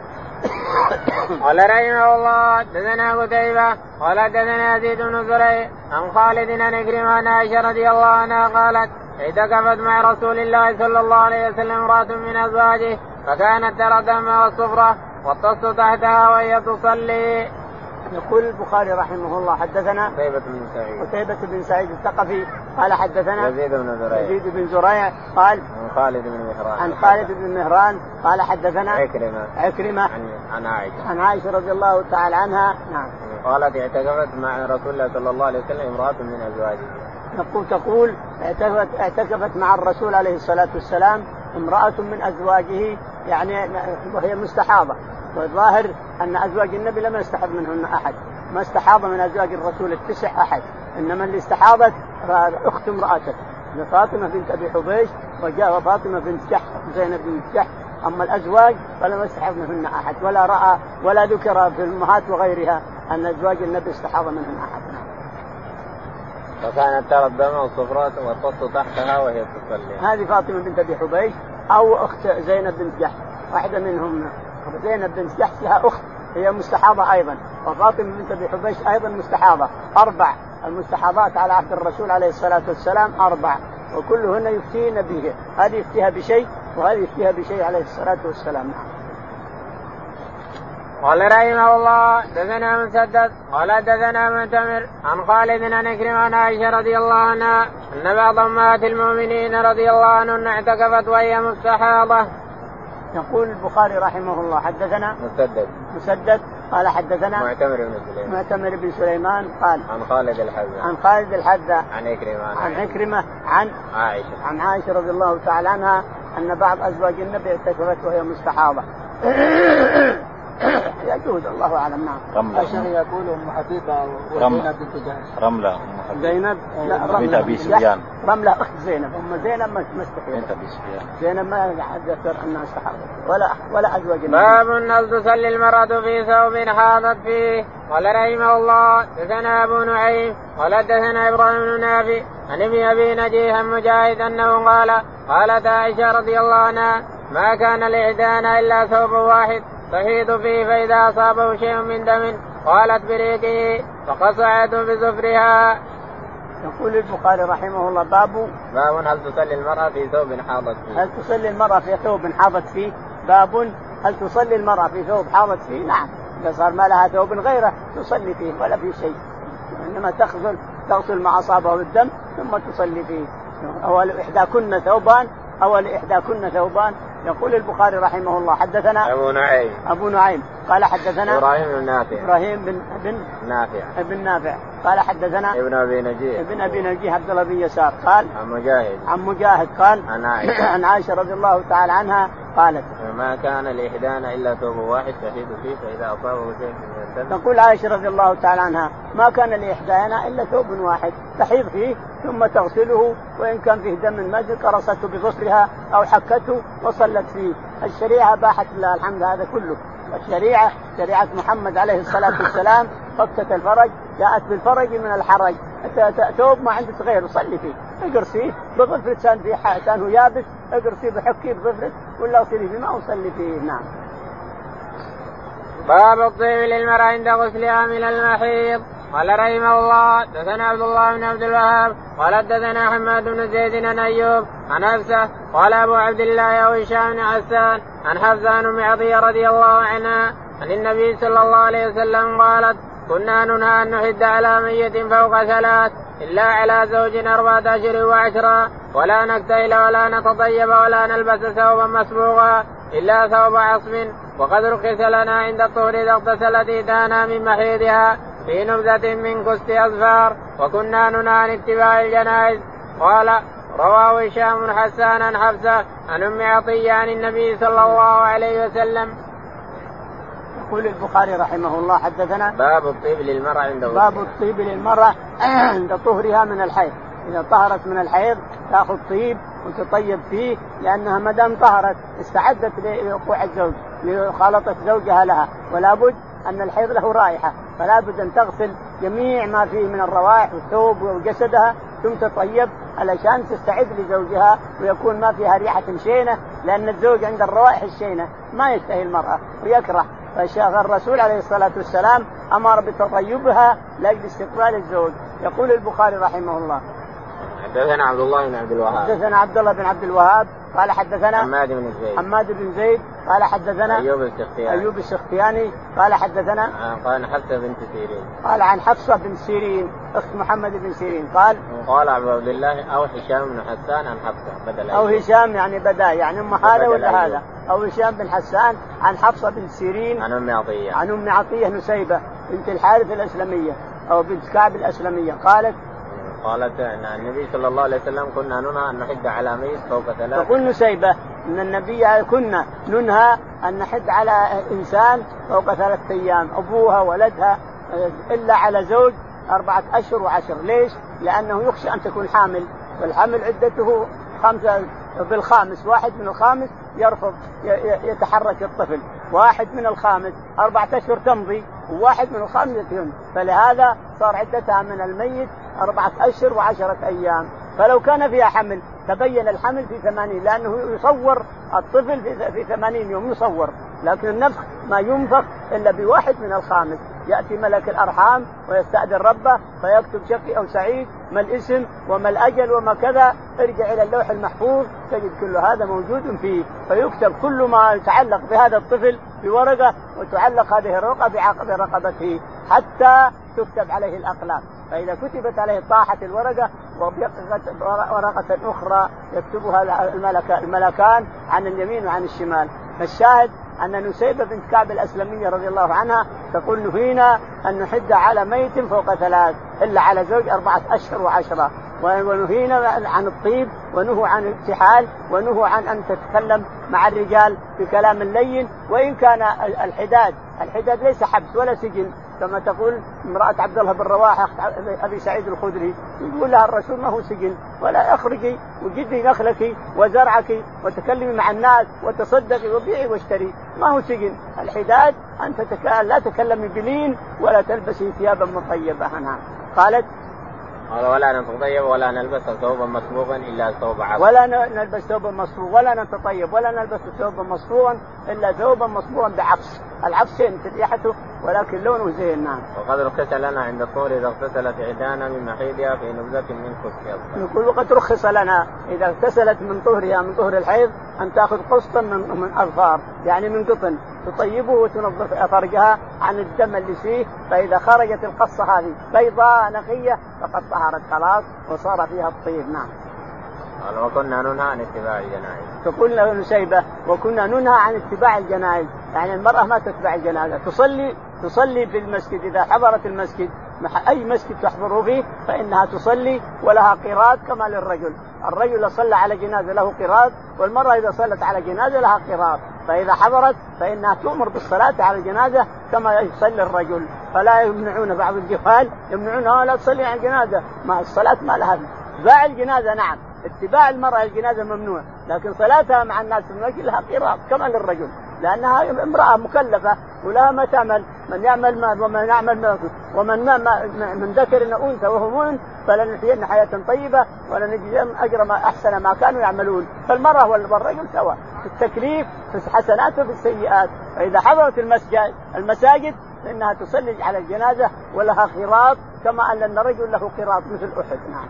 قال رحمه الله دثنا قتيبة قال دثنا يزيد بن زريع عن خالد عن عكرمة عن عائشة رضي الله عنها قالت اعتكفت مع رسول الله صلى الله عليه وسلم امرأة من أزواجه فكانت ترى الدم والصفرة والطس تحتها وهي تصلي. يقول البخاري رحمه الله حدثنا قتيبة بن سعيد قتيبة بن سعيد الثقفي قال حدثنا يزيد بن زريع يزيد بن زريع قال عن خالد بن مهران عن خالد بن مهران قال حدثنا عكرمة عكرمة عن, عن عائشة عن عائشة رضي الله تعالى عنها. نعم. قالت اعتكفت مع رسول الله صلى الله عليه وسلم امرأة من أزواجه. تقول تقول اعتكفت, اعتكفت مع الرسول عليه الصلاة والسلام امرأة من أزواجه يعني وهي مستحاضة، والظاهر أن أزواج النبي لم يستحض منهن أحد، ما استحاض من أزواج الرسول التسع أحد، إنما اللي استحاضت أخت امرأته فاطمة بنت أبي حبيش وجاء فاطمة بنت جحش زينب بنت جحش، أما الأزواج فلم يستحض منهن أحد ولا رأى ولا ذكر في الأمهات وغيرها أن أزواج النبي استحاض منهن أحد. وكانت ترى الدم والصفرات والتص تحتها وهي تصلي. هذه فاطمة بنت أبي حبيش أو أخت زينب بنت جحش، واحدة منهم. زينب بنت جحش لها أخت هي مستحاضة أيضا، وفاطمة بنت أبي حبيش أيضا مستحاضة. أربع المستحاضات على عهد الرسول عليه الصلاة والسلام أربع، وكلهن يفتين به، هذه يفتيها بشيء وهذه يفتيها بشيء عليه الصلاة والسلام. قال رحمه الله دثنا مسدد قال دثنا معتمر عن خالد عن عكرمة عن عائشة رضي الله عنها أن بعض أمهات المؤمنين رضي الله عنهن اعتكفت وهي مستحاضة. يقول البخاري رحمه الله حدثنا مسدد مسدد قال حدثنا معتمر بن سليمان معتمر بن سليمان قال عن خالد الحذاء عن خالد الحذاء عن عكرمة عن عكرمة عن عائشة عن عائشة رضي الله تعالى عنها أن بعض أزواج النبي اعتكفت وهي مستحاضة. يجوز الله أعلم. نعم. رملة يقول أم حبيبة وزينب بنت جحش. رملة أم حبيبة. زينب لا بنت أبي سفيان. رملة أخت زينب. أم زينب ما مستحيل. بنت أبي سفيان. زينب ما يذكر أنها استحاضت ولا ولا أزواج النبي. باب هل تصلي المرأة في ثوب حاضت فيه. قال رحمه الله دثنا أبو نعيم قال دثنا إبراهيم بن نافع عن ابن أبي نجيح مجاهد أنه قال قالت عائشة رضي الله عنها ما كان لإحدانا إلا ثوب واحد تحيض فيه فإذا أصابه شيء من دم قالت بريقه فقصعت بزفرها. يقول البخاري رحمه الله باب باب هل تصلي المرأة في ثوب حاضت فيه. هل تصلي المرأة في ثوب حاضت فيه. باب هل تصلي المرأة في ثوب حاضت فيه. نعم إذا صار ما لها ثوب غيره تصلي فيه ولا في شيء، إنما تغسل تغسل ما أصابه الدم ثم تصلي فيه. أول إحداكن ثوبان أول إحداكن ثوبان. يقول البخاري رحمه الله حدثنا أبو نعيم أبو نعيم قال حدثنا إبراهيم بن نافع إبراهيم بن بن نافع ابن نافع قال حدثنا ابن أبي نجيح ابن أبي نجيح عبد الله بن يسار قال عن مجاهد عن مجاهد قال عن عائشة عن عائشة رضي الله تعالى عنها قالت ما كان لإحدانا إلا ثوب واحد تحيض فيه فإذا أصابه شيء من الدم. تقول عائشة رضي الله تعالى عنها ما كان لإحدانا إلا ثوب واحد تحيض فيه ثم تغسله وإن كان فيه دم ما قرصته بظفرها أو حكته وصلت فيه. الشريعة باحت لله الحمد هذا كله. الشريعة شريعة محمد عليه الصلاة والسلام فكت الفرج جاءت بالفرج من الحرج. ثوب ما عندك غيره صلي فيه اقرص فيه بظفر كان فيه كان هو يابس اقرص فيه بحكيه بظفرك ولا اغسلي فيه ما وصلي فيه. نعم. باب الطيب للمرأة عند غسلها من المحيض. قال رحمه الله دثنا عبد الله بن عبد الوهاب قال دثنا حماد بن زيد عن أيوب عن حفصة قال أبو عبد الله أو هشام بن حسان عن حفصة بن عطية رضي الله عنها عن النبي صلى الله عليه وسلم قالت كنا ننهى أن نحد على ميت فوق ثلاث إلا على زوج أربعة أشهر وعشرة ولا نكتحل ولا نتطيب ولا نلبس ثوبا مسبوغا إلا ثوب عصب وقد رخص لنا عند الطهر إذا اغتسلت إحدانا من محيضها في نبذة من كست أظفار وكنا ننهى عن اتباع الجنائز. قال رواه هشام بن حسان عن حفصة عن أم عطية عن النبي صلى الله عليه وسلم. يقول البخاري رحمه الله حدثنا باب الطيب للمرأة عند باب الطيب للمرأة عند طهرها من الحيض. إذا طهرت من الحيض تأخذ طيب وتطيب فيه لأنها مدام طهرت استعدت لوقوع الزوج لخالطة زوجها لها ولا بد أن الحيض له رائحة فلا بد أن تغسل جميع ما فيه من الروائح والثوب وجسدها ثم تطيب علشان تستعد لزوجها ويكون ما فيها ريحة شينة لأن الزوج عند الروائح الشينة ما يشتهي المرأة ويكره. فالرسول عليه الصلاة والسلام أمر بتطيبها لأجل استقبال الزوج. يقول البخاري رحمه الله حدثنا عبد الله بن عبد الوهاب حدثنا عبد الله بن عبد الوهاب قال حدثنا حماد بن زيد حماد بن زيد قال حدثنا أيوب السختياني أيوب السختياني قال حدثنا قال حفصة بنت سيرين قال عن حفصة بن سيرين أخت محمد بن سيرين قال قال عبد الله أو هشام بن حسان عن حفصة بدل أو هشام يعني بدا يعني أم هذا ولا هذا أو هشام بن حسان عن حفصة بن سيرين عن أم عطية عن أم عطية نسيبة بنت الحارث الأسلمية أو بنت كعب الأسلمية قالت قالت أن النبي صلى الله عليه وسلم كنا ننهى أن نحد على ميت فوق ثلاث. تقول نسيبة أن النبي كنا ننهى أن نحد على إنسان فوق ثلاثة أيام أبوها ولدها إلا على زوج أربعة أشهر وعشر. ليش؟ لأنه يخشى أن تكون حامل والحمل عدته خمسة بالخامس واحد من الخامس يرفض يتحرك الطفل واحد من الخامس أربعة أشهر تمضي وواحد من الخامس يتم فلهذا صار عدتها من الميت أربعة أشهر وعشرة أيام. فلو كان فيها حمل تبين الحمل في ثمانين لأنه يصور الطفل في ثمانين يوم يصور لكن النفخ ما ينفخ إلا بواحد من الخامس. يأتي ملك الأرحام ويستأذن ربه فيكتب شقي أو سعيد ما الاسم وما الأجل وما كذا ارجع إلى اللوح المحفوظ تجد كل هذا موجود فيه فيكتب كل ما يتعلق بهذا الطفل بورقة وتعلق هذه الرقعة بعقب رقبته حتى تكتب عليه الأقلام. فإذا كتبت عليه طاحت الورقة وبقت ورقة أخرى يكتبها الملك الملكان عن اليمين وعن الشمال. فالشاهد أن نسيبة بنت كعب الأسلمية رضي الله عنها تقول نهينا أن نحد على ميت فوق ثلاث إلا على زوج أربعة أشهر وعشرة ونهينا عن الطيب ونهوا عن الابتحال ونهوا عن أن تتكلم مع الرجال بكلام اللين وإن كان الحداد الحداد ليس حبس ولا سجن كما تقول امرأة عبد الله بن رواحة أبي سعيد الخدري يقول لها الرسول ما هو سجن ولا اخرجي وجدي نخلك وزرعك وتكلمي مع الناس وتصدقي وبيعي واشتري ما هو سجن. الحداد أن تتكلم لا تكلمي بلين ولا تلبسي ثيابا مطيبة عنها. قالت قال ولا نتطيب ولا نلبس ثوبا مصبوغا إلا ثوب عفص ولا نلبس ثوبا مصبوغ ولا نتطيب ولا نلبس ثوبا مصبوغا إلا ثوبا مصبوغا بعفص. العفص ريحته ولكن لونه زي النار. وقد رخص لنا عند الطهر إذا اغتسلت إحدانا من محيضها في نبذة من خصية. يقول وقد رخص لنا إذا اغتسلت من طهرها من طهر الحيض أن تأخذ قسطا من من أظفار يعني من قطن تطيبه وتنظف فرجها عن الدم اللي فيه فإذا خرجت القصة هذه بيضاء نقية فقد طهرت خلاص وصار فيها الطيب. نعم. قال وكنا ننهى عن اتباع الجنائز. تقول له نسيبة وكنا ننهى عن اتباع الجنائز يعني المرأة ما تتبع الجنازة تصلي تصلي في المسجد إذا حضرت المسجد أي مسجد تحضره فيه فإنها تصلي ولها قراط كما للرجل. الرجل صلى على جنازة له قراط والمرأة إذا صلت على جنازة لها قراط فإذا حضرت فإنها تؤمر بالصلاة على الجنازة كما يصلي الرجل. فلا يمنعون بعض الجهال يمنعونها لا تصلي على الجنازة ما الصلاة ما لها. اتباع الجنازة نعم اتباع المرأة الجنازة ممنوع لكن صلاتها مع الناس في المسجد لها قراط كما للرجل لأنها امرأة مكلفة ولها ما تعمل من يعمل ما ومن يعمل ما ومن ما, ما من ذكر إن أنثى وهو مؤمن فلنحيينهم حياة طيبة ولنجزيهم أجر ما أحسن ما كانوا يعملون. فالمرأة والرجل سواء في التكليف في الحسنات وفي السيئات. فإذا حضرت المسجد المساجد فإنها تصلي على الجنازة ولها قراط كما أن الرجل له قراط مثل أحد. نعم.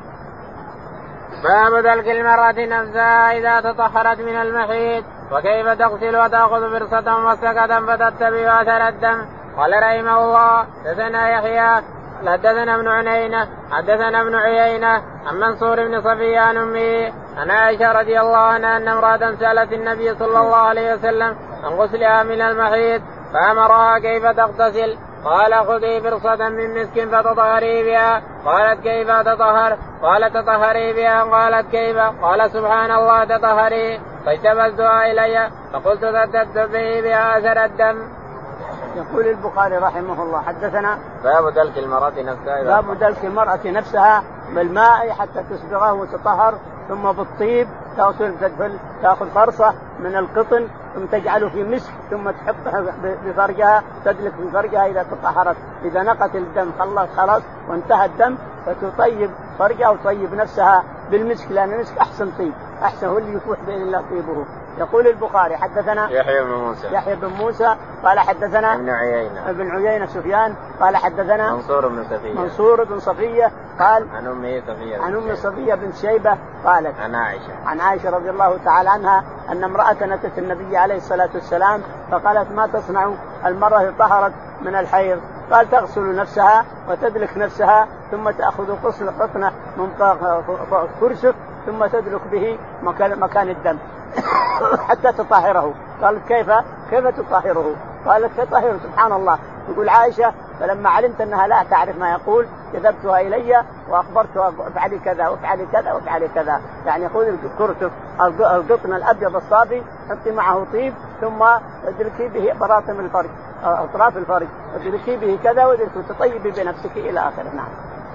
باب دلك المرأة نفسها إذا تطهرت من المحيض وكيف تغسل وتأخذ فرصة وسكة فتتبع أثر الدم. قال رحمه الله حدثنا يحيى حدثنا ابن عنينة حدثنا ابن عيينة عن منصور بن صفيان أمه عن عائشة رضي الله عنها أن امرأة سألت النبي صلى الله عليه وسلم عن غسلها من المحيض فأمرها كيف تغتسل قال خذي فرصة من مسك فتطهري بها. قالت كيف تطهر؟ قال تطهري بها. قالت كيف؟ قال سبحان الله تطهري. فاجتبزتها إلي فقلت تتبعي بها أثر الدم. يقول البخاري رحمه الله حدثنا باب دلك المرأة نفسها باب دلك المرأة نفسها بالماء حتى تسبغه وتطهر ثم بالطيب تغسل تدخل تأخذ فرصة من القطن ثم تجعله في مسك ثم تحطها بفرجها تدلك في فرجها إذا تطهرت إذا نقت الدم خلاص وانتهى الدم فتطيب فرجها وتطيب نفسها بالمسك لأن المسك أحسن طيب أحسن هو اللي يفوح بإذن الله طيبه. يقول البخاري حدثنا يحيى بن موسى يحيى بن موسى قال حدثنا ابن عيينة ابن عيينة سفيان قال حدثنا منصور بن صفية منصور بن صفية قال عن أمه صفية عن أم صفية بن شيبة قالت عن عائشة عن عائشة رضي الله تعالى عنها أن امرأة أتت النبي عليه الصلاة والسلام فقالت ما تصنع المرأة طهرت من الحيض؟ قال تغسل نفسها وتدلك نفسها ثم تأخذ قطنة من فرشك ثم تدلك به مكان, مكان الدم حتى تطهره. قالت كيف كيف تطهره؟ قالت تطهره. سبحان الله. يقول عائشة فلما علمت أنها لا تعرف ما يقول كذبتها إلي وأخبرتها افعلي كذا وافعلي كذا وافعلي كذا. يعني خذ الكرتف القطن الأبيض الصافي حطي معه طيب ثم ادلكي به براطم الفرج أطراف الفرج ادلكي به كذا وادلكي تطيبي بنفسك إلى آخره. نعم.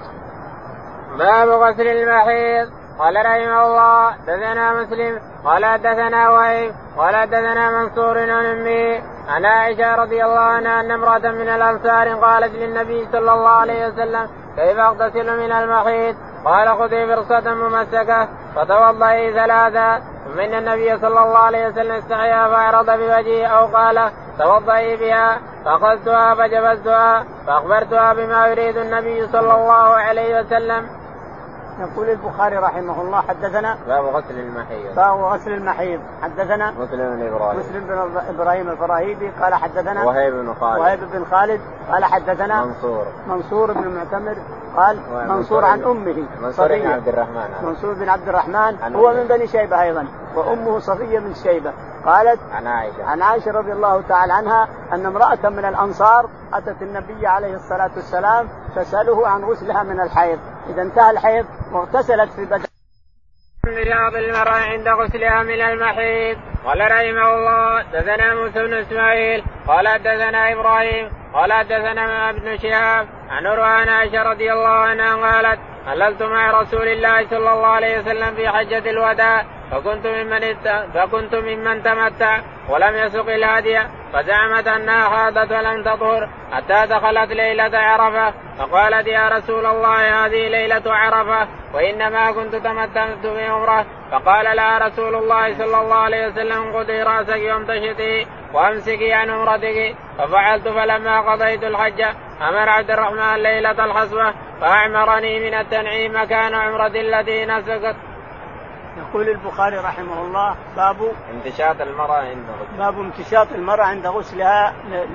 باب غسل المحيض. قال رحمه الله دثنا مسلم قال دثنا وهيب قال دثنا منصور عن أمه عن عائشة رضي الله عنها أن امرأة من الأنصار قالت للنبي صلى الله عليه وسلم كيف أغتسل من المحيض؟ قال خذي فرصة ممسكة فتوضئي ثلاثة. ثم إن النبي صلى الله عليه وسلم استحيا فأعرض بوجهه أو قال توضئي بها فأخذتها فجبزتها فأخبرتها بما يريد النبي صلى الله عليه وسلم. يقول البخاري رحمه الله حدثنا باب غسل المحيض. باب غسل المحيض. حدثنا مسلم بن إبراهيم مسلم بن إبراهيم الفراهيدي قال حدثنا وهيب بن خالد وهيب بن خالد قال حدثنا منصور منصور بن المعتمر قال منصور عن أمه منصور بن عبد الرحمن منصور بن عبد الرحمن هو من بني شيبة أيضا وأمه صفية بن شيبة قالت عن عائشة عن عائشة رضي الله تعالى عنها أن امرأة من الأنصار أتت النبي عليه الصلاة والسلام تسأله عن غسلها من الحيض إذا انتهى الحيض واغتسلت في بدن رياض المرأة عند غسلها من المحيض. قال رحمه الله دثنا موسى بن إسماعيل قال دثنا إبراهيم قال دثنا ابن شهاب عن عروة عن عائشة رضي الله عنها قالت حللت مع رسول الله صلى الله عليه وسلم في حجة الوداع فكنت ممن فكنت ممن تمتع ولم يسق الهدي فزعمت أنها حاضت ولم تطهر حتى دخلت ليلة عرفة فقالت يا رسول الله هذه ليلة عرفة وإنما كنت تمتعت بعمرة. فقال لها رسول الله صلى الله عليه وسلم خذي رأسك وامتشطي وامسكي عن عمرتك. ففعلت فلما قضيت الحج أمر عبد الرحمن ليلة الحصبة فأعمرني من التنعيم مكان عمرة التي نسكت. يقول البخاري رحمه الله باب امتشاط المرأة عند غسلها باب امتشاط المرأة عند غسلها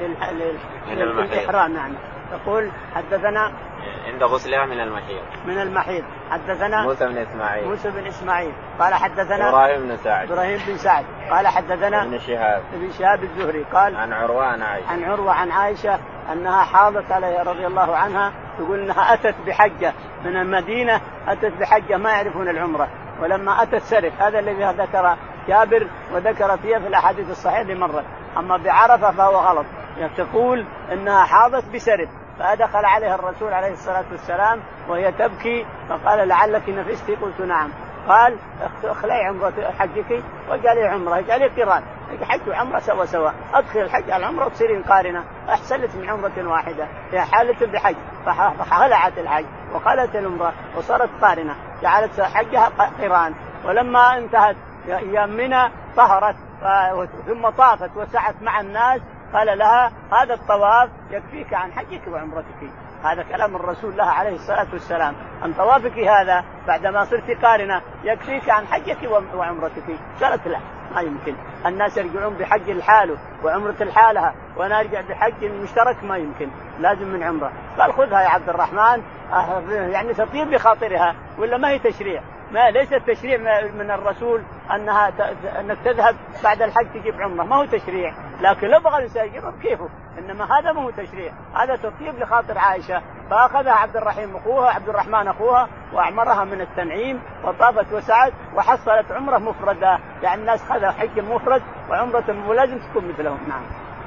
للإحرام. يعني يقول حدثنا عند غسلها من المحيض من المحيض حدثنا موسى بن إسماعيل موسى بن إسماعيل قال حدثنا إبراهيم بن سعد إبراهيم بن سعد قال حدثنا ابن شهاب ابن شهاب الزهري قال عن عروة عن عائشة عن عروة عن عائشة أنها حاضت عليها رضي الله عنها تقول أنها أتت بحجة من المدينة أتت بحجة ما يعرفون العمرة ولما أتت سرف هذا الذي ذكر جابر وذكر فيه في الأحاديث الصحيحة مرة. أما بعرفة فهو غلط. تقول أنها حاضت بسرف فأدخل عليها الرسول عليه الصلاة والسلام وهي تبكي فقال لعلك نفستي قلت نعم. قال اخلعي عمرة حجك واجعلي عمرة اجعلي قران حج وعمرة سوا سوا أدخل الحج على العمرة وتصيرين قارنة أحسن لك من عمرة واحدة هي حالة بحج فخلعت الحج وخلت العمرة وصارت قارنة جعلت حجها قران. ولما انتهت يمنا طهرت ثم طافت وسعت مع الناس قال لها هذا الطواف يكفيك عن حجك وعمرتك. هذا كلام الرسول لها عليه الصلاة والسلام أن طوافك هذا بعدما صرت قارنة يكفيك عن حجك وعمرتك. قالت لا ما يمكن الناس يرجعون بحج الحال وعمرة الحالها وأنا أرجع بحج مشترك ما يمكن لازم من عمرة. قال خذها يا عبد الرحمن يعني تطيب بخاطرها ولا ما هي تشريع ما ليس التشريع من الرسول أنها ت... أنك تذهب بعد الحج تجيب عمرة ما هو تشريع لكن لو بغى الإنسان يجيبه كيفه إنما هذا ما هو تشريع هذا تطيب لخاطر عائشة. فأخذها عبد الرحيم أخوها عبد الرحمن أخوها وأعمرها من التنعيم وطافت وسعت وحصلت عمرة مفردة يعني الناس خذوا حج مفرد وعمرة ولازم تكون مثلهم. نعم.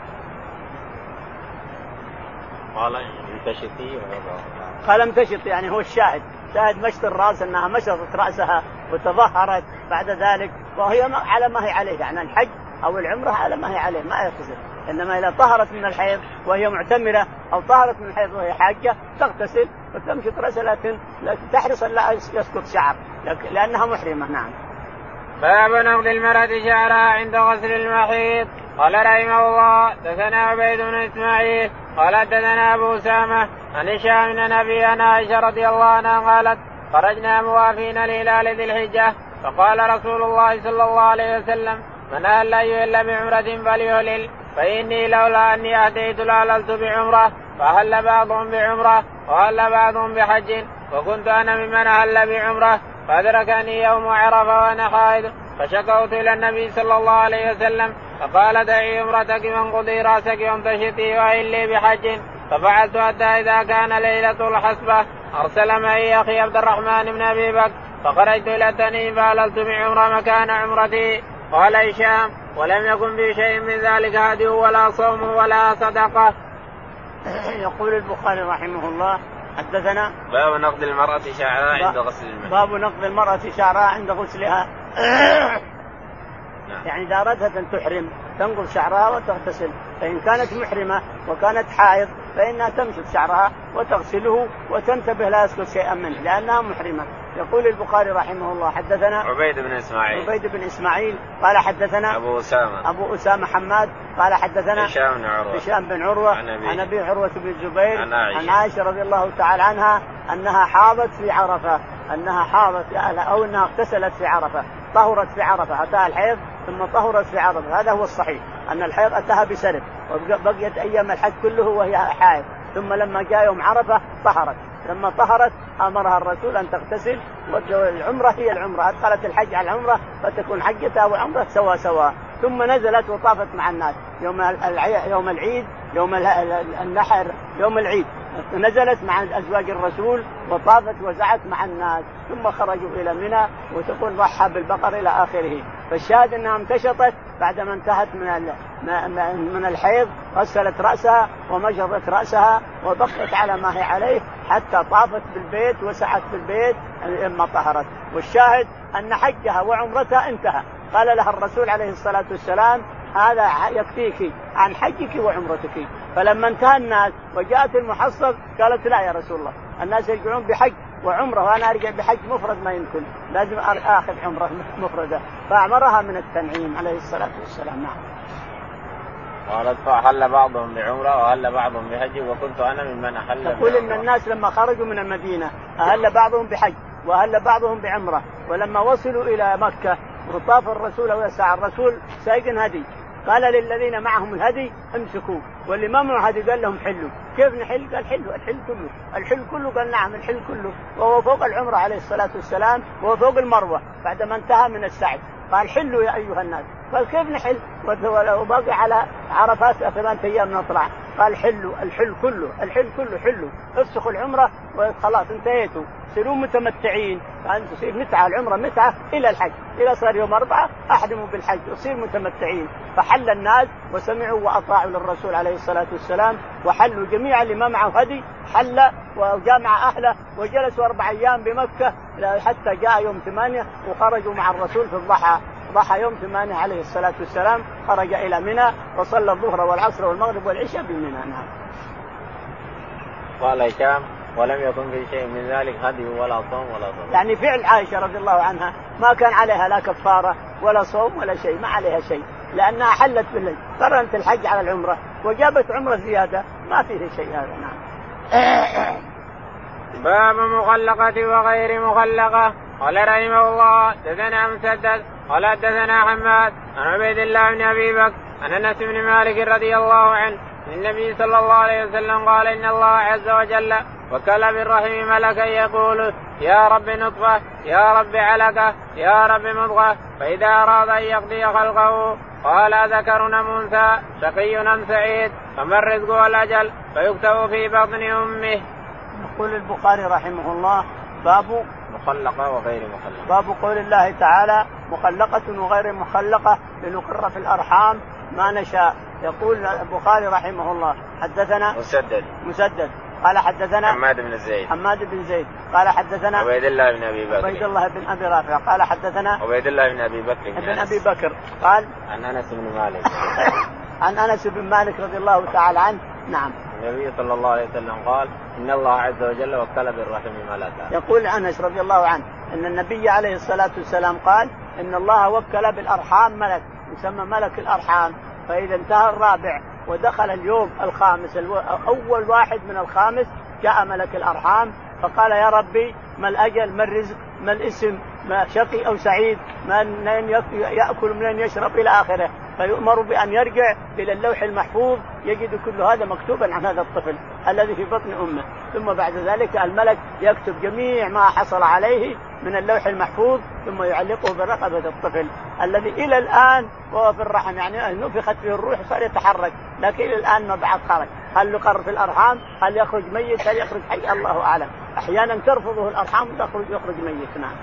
قال امتشطي قال امتشط يعني هو الشاهد شاهد مشط الرأس أنها مشطت رأسها وتظهرت بعد ذلك وهي على ما هي عليه يعني الحج أو العمرة على ما هي عليه ما يغتسل. إنما إذا طهرت من الحيض وهي معتمرة أو طهرت من الحيض وهي حاجة تغتسل وتمشط رأسها لكن تحرص لا يسقط شعر لأنها محرمة. نعم. باب نقض المرأة شعرها عند غسل المحيض. قال رحمه الله حدثنا عبيد بن اسماعيل قال حدثنا ابو اسامه عن هشام بن ابي عائشه رضي الله عنها قالت خرجنا موافين لهلال ذي الحجه فقال رسول الله صلى الله عليه وسلم من أهل يهل بعمرة فليهلل فإني لولا أني أهديت لأهللت بعمرة فأهل بعضهم بعمرة وأهل بعضهم بحج وكنت أنا ممن أهل بعمرة فأدركني يوم عرفة وأنا حائض فشكوت إلى النبي صلى الله عليه وسلم فقال دعي عمرتك وانقضي رأسك وامتشطي وأهلي بحج ففعلت حتى إذا كان ليلة الحسبة أرسل معي أخي عبد الرحمن بن أبي بكر فخرجت إلى التنعيم فأهللت بعمرة مكان عمرتي. قال هشام ولم يكن بي شيء من ذلك هدي ولا صوم ولا صدقة. يقول البخاري رحمه الله حدثنا باب نقض المرأة شعرها عند غسل المحيض. باب نقض المرأة شعرها عند غسلها يعني إذا أردت أن تحرم تنقض شعرها وتغتسل، فإن كانت محرمة وكانت حائض فإنها تمسك شعرها وتغسله وتنتبه لا يسقط شيئا منه لأنها محرمة. يقول البخاري رحمه الله حدثنا عبيد بن إسماعيل عبيد بن إسماعيل قال حدثنا أبو أسامة أبو أسامة حماد قال حدثنا هشام بن عروة هشام بن عروة عن أبي عروة بن الزبير عن عائشة. عن عائشة رضي الله تعالى عنها أنها حاضت في عرفة أنها حاضت أو أنها اغتسلت في عرفة طهرت في عرفة أتاها الحيض ثم طهرت في عرفة. هذا هو الصحيح أن الحيض أتاها بسرب وبقيت أيام الحج كله وهي حائض ثم لما جاء يوم عرفة طهرت. لما طهرت أمرها الرسول أن تغتسل والعمرة هي العمرة أدخلت الحج على العمرة فتكون حجتها وعمرة سوا سوا. ثم نزلت وطافت مع الناس يوم يوم العيد يوم النحر يوم العيد نزلت مع أزواج الرسول وطافت وزعت مع الناس ثم خرجوا إلى منى وتقول ضحى بالبقر إلى آخره. فالشاهد أنها امتشطت بعدما انتهت من من الحيض غسلت رأسها ومجرت رأسها وبقت على ما هي عليه حتى طافت بالبيت وسعت بالبيت لما طهرت. والشاهد أن حجها وعمرتها انتهى. قال لها الرسول عليه الصلاة والسلام هذا يكفيك عن حجك وعمرتك. فلما انتهى الناس وجاءت المحصب قالت لا يا رسول الله الناس يرجعون بحج وعمره وأنا أرجع بحج مفرد ما يمكن لازم آخذ عمره مفردة فأمرها من التنعيم عليه الصلاة والسلام. نعم. قالت فأحل بعضهم بعمرة وأهل بعضهم بحج وكنت أنا ممن أحل بعمرة. تقول إن الناس لما خرجوا من المدينة أهل بعضهم بحج وأهل بعضهم بعمرة ولما وصلوا إلى مكة وطاف الرسول ويسعى الرسول سايق هدي قال للذين معهم الهدي امسكوه واللي ما معه هدي قال لهم حلوا. كيف نحل؟ قال حلوا الحل كله الحل كله قال نعم الحل كله. وهو فوق العمرة عليه الصلاة والسلام وهو فوق المروة بعدما انتهى من السعي قال حلوا يا أيها الناس. قال كيف نحل وباقي على عرفات ثمان أيام نطلع؟ قال حلوا الحل كله الحل كله حلوا افسخوا العمرة وخلاص انتهيتوا سيروا متمتعين. فأنت تصير متعة العمرة متعة إلى الحج إذا صار يوم أربعة أحرموا بالحج وصير متمتعين. فحل الناس وسمعوا وأطاعوا للرسول عليه الصلاة والسلام وحلوا جميعا اللي ما معه هدي حل وجامع أهله وجلسوا أربع أيام بمكة حتى جاء يوم ثمانية وخرجوا مع الرسول في الضحى. ضحى يوم ثمانية عليه الصلاة والسلام خرج إلى منى وصلى الظهر والعصر والمغرب والعشاء بمنى. نعم. قال هشام ولم يكن في شيء من ذلك هدي ولا صوم ولا صوم. يعني فعل عائشة رضي الله عنها ما كان عليها لا كفارة ولا صوم ولا شيء ما عليها شيء لأنها حلت بالله قرنت الحج على العمرة وجابت عمرة زيادة ما فيه شيء هذا. نعم. باب مخلقة وغير مخلقة. قال رحمه الله حدثنا مسدد قال حدثنا حماد عن عبيد الله بن أبي بكر عن أنس بن مالك رضي الله عنه النبي صلى الله عليه وسلم قال إن الله عز وجل وكل بالرحم ملكا يقول يا رب نطفة يا رب علقة يا رب مضغة فإذا أراد أن يقضي خلقه قال ذكر أم أنثى شقي أم سعيد فما الرزق والأجل فيكتب في بطن أمه. يقول البخاري رحمه الله باب مخلقة وغير مخلقة. باب قول الله تعالى مخلقة وغير مخلقة لنقر في الأرحام ما نشاء. يقول البخاري رحمه الله حدثنا مسدد مسدد قال حدثنا حماد بن زيد حماد بن زيد قال حدثنا عبيد الله بن أبي بكر عبيد الله بن أبي رافع قال حدثنا عبيد الله بن أبي بكر بن أبي بكر قال عن أنس بن مالك عن أنس بن مالك رضي الله تعالى عنه. نعم. النبي صلى الله عليه وسلم قال إن الله عز وجل وكل بالرحم ملكا. يقول أنس رضي الله عنه أن النبي عليه الصلاة والسلام قال إن الله وكل بالأرحام ملك يسمى ملك الأرحام، فإذا انتهى الرابع ودخل اليوم الخامس أول واحد من الخامس جاء ملك الأرحام فقال يا ربي ما الأجل ما الرزق ما الاسم ما شقي أو سعيد من يأكل من يشرب إلى آخره، فيؤمر بأن يرجع إلى اللوح المحفوظ يجد كل هذا مكتوبا عن هذا الطفل الذي في بطن أمه، ثم بعد ذلك الملك يكتب جميع ما حصل عليه من اللوح المحفوظ ثم يعلقه برقبة الطفل الذي إلى الآن وهو في الرحم، يعني نفخت فيه الروح صار يتحرك لكن إلى الآن ما بعد خرج. هل يقر في الأرحام؟ هل يخرج ميت؟ هل يخرج حي؟ الله أعلم. أحيانا ترفضه الأرحام وتخرج يخرج ميت. نعم.